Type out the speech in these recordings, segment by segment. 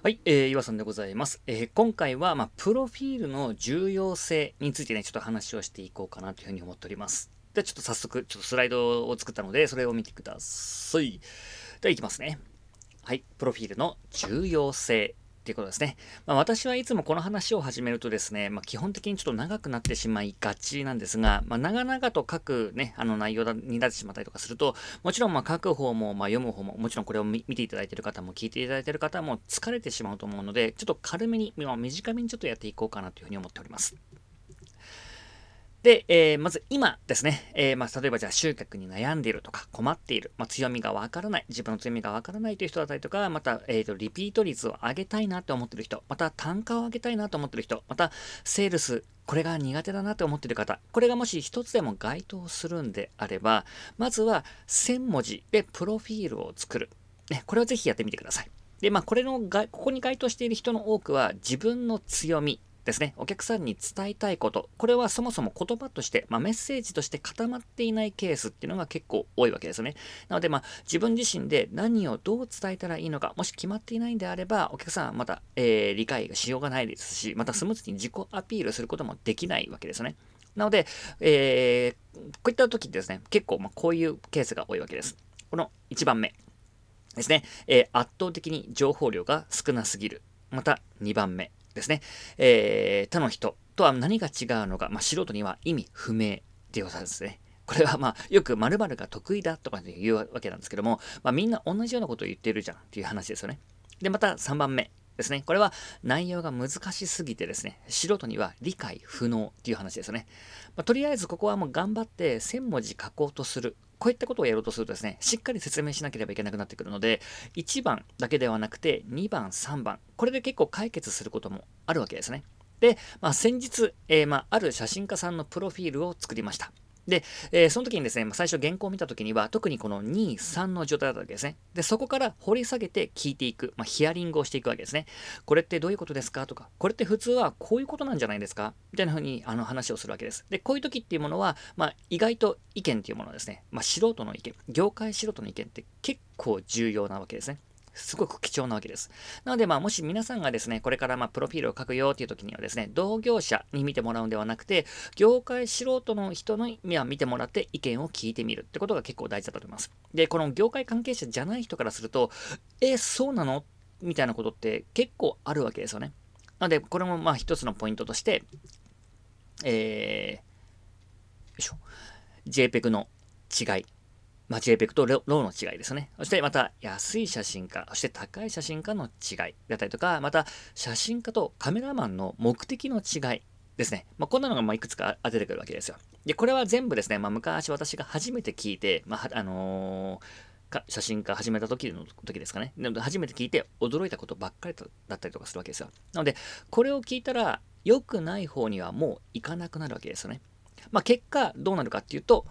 はい、岩さんでございます。今回は、プロフィールの重要性についてね、ちょっと話をしていこうかなというふうに思っております。では、ちょっと早速、ちょっとスライドを作ったので、それを見てください。では、いきますね。はい、プロフィールの重要性っていうことですね。私はいつもこの話を始めるとですね、基本的にちょっと長くなってしまいがちなんですが、長々と書くね、内容になってしまったりとかすると、もちろん書く方も、読む方も、もちろんこれを見ていただいている方も聞いていただいている方も疲れてしまうと思うので、ちょっと軽めに、短めにちょっとやっていこうかなというふうに思っております。で、まず今ですね、例えばじゃあ集客に悩んでいるとか困っている、強みがわからない、自分の強みがわからないという人だったりとか、また、リピート率を上げたいなと思っている人、また単価を上げたいなと思っている人、またセールス、これが苦手だなと思っている方、これがもし一つでも該当するんであれば、まずは1000文字でプロフィールを作る。ね、これをぜひやってみてください。で、ここに該当している人の多くは自分の強み、ですね。お客さんに伝えたいこと。これはそもそも言葉として、メッセージとして固まっていないケースっていうのが結構多いわけですね。なので、自分自身で何をどう伝えたらいいのか、もし決まっていないんであれば、お客さんはまた、理解しようがないですし、またスムーズに自己アピールすることもできないわけですね。なので、こういった時ですね、結構こういうケースが多いわけです。この1番目ですね、圧倒的に情報量が少なすぎる。また2番目。ですね。他の人とは何が違うのか、素人には意味不明っていうことですね。これはよく〇〇が得意だとか言うわけなんですけども、みんな同じようなことを言ってるじゃんっていう話ですよね。で、また3番目ですね。これは内容が難しすぎてですね、素人には理解不能っていう話ですよね。とりあえずここはもう頑張って1000文字書こうとする。こういったことをやろうとするとですね、しっかり説明しなければいけなくなってくるので、1番だけではなくて2番、3番、これで結構解決することもあるわけですね。で、先日、ある写真家さんのプロフィールを作りました。で、その時にですね、最初原稿を見た時には、特にこの2、3の状態だったわけですね。で、そこから掘り下げて聞いていく、ヒアリングをしていくわけですね。これってどういうことですかとか、これって普通はこういうことなんじゃないですかみたいな風に話をするわけです。で、こういう時っていうものは、意外と意見っていうものはですね、素人の意見、業界素人の意見って結構重要なわけですね。すごく貴重なわけです。なので、もし皆さんがですね、これからプロフィールを書くよっていう時にはですね、同業者に見てもらうんではなくて、業界素人の人の見てもらって意見を聞いてみるってことが結構大事だと思います。で、この業界関係者じゃない人からすると、そうなのみたいなことって結構あるわけですよね。なので、これも一つのポイントとして、よいしょ、JPEG の違い、JPEG と RAW の違いですね。そしてまた安い写真家、そして高い写真家の違いだったりとか、また写真家とカメラマンの目的の違いですね。こんなのがいくつか出てくるわけですよ。で、これは全部ですね、昔私が初めて聞いて、写真家始めた時ですかね。初めて聞いて驚いたことばっかりだったりとかするわけですよ。なので、これを聞いたら良くない方にはもういかなくなるわけですよね。結果どうなるかっていうと、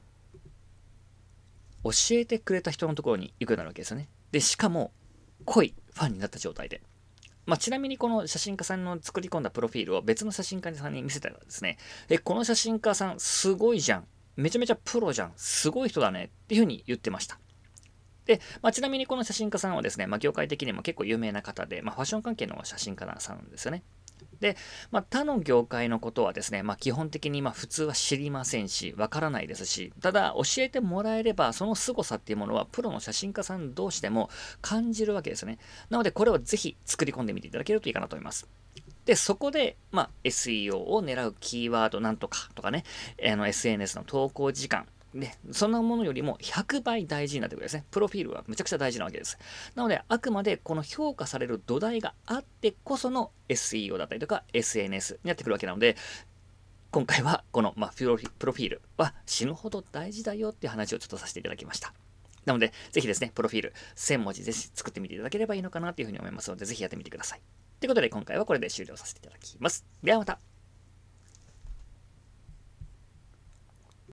教えてくれた人のところに行くようになるわけですよね。で、しかも、濃いファンになった状態で。ちなみにこの写真家さんの作り込んだプロフィールを別の写真家さんに見せたらですね、この写真家さんすごいじゃん。めちゃめちゃプロじゃん。すごい人だね。っていうふうに言ってました。で、ちなみにこの写真家さんはですね、業界的にも結構有名な方で、ファッション関係の写真家さんなんですよね。で、他の業界のことはですね、基本的に普通は知りませんし、わからないですし、ただ教えてもらえれば、その凄さっていうものは、プロの写真家さん同士でも感じるわけですよね。なので、これをぜひ作り込んでみていただけるといいかなと思います。で、そこで、SEO を狙うキーワードなんとかとかね、SNS の投稿時間、そんなものよりも100倍大事になってくるんですね。プロフィールはめちゃくちゃ大事なわけです。なので、あくまでこの評価される土台があってこその SEO だったりとか SNS になってくるわけなので、今回はこの、プロフィールは死ぬほど大事だよっていう話をちょっとさせていただきました。なので、ぜひですね、プロフィール1000文字ぜひ作ってみていただければいいのかなというふうに思いますので、ぜひやってみてください。ということで、今回はこれで終了させていただきます。ではまた。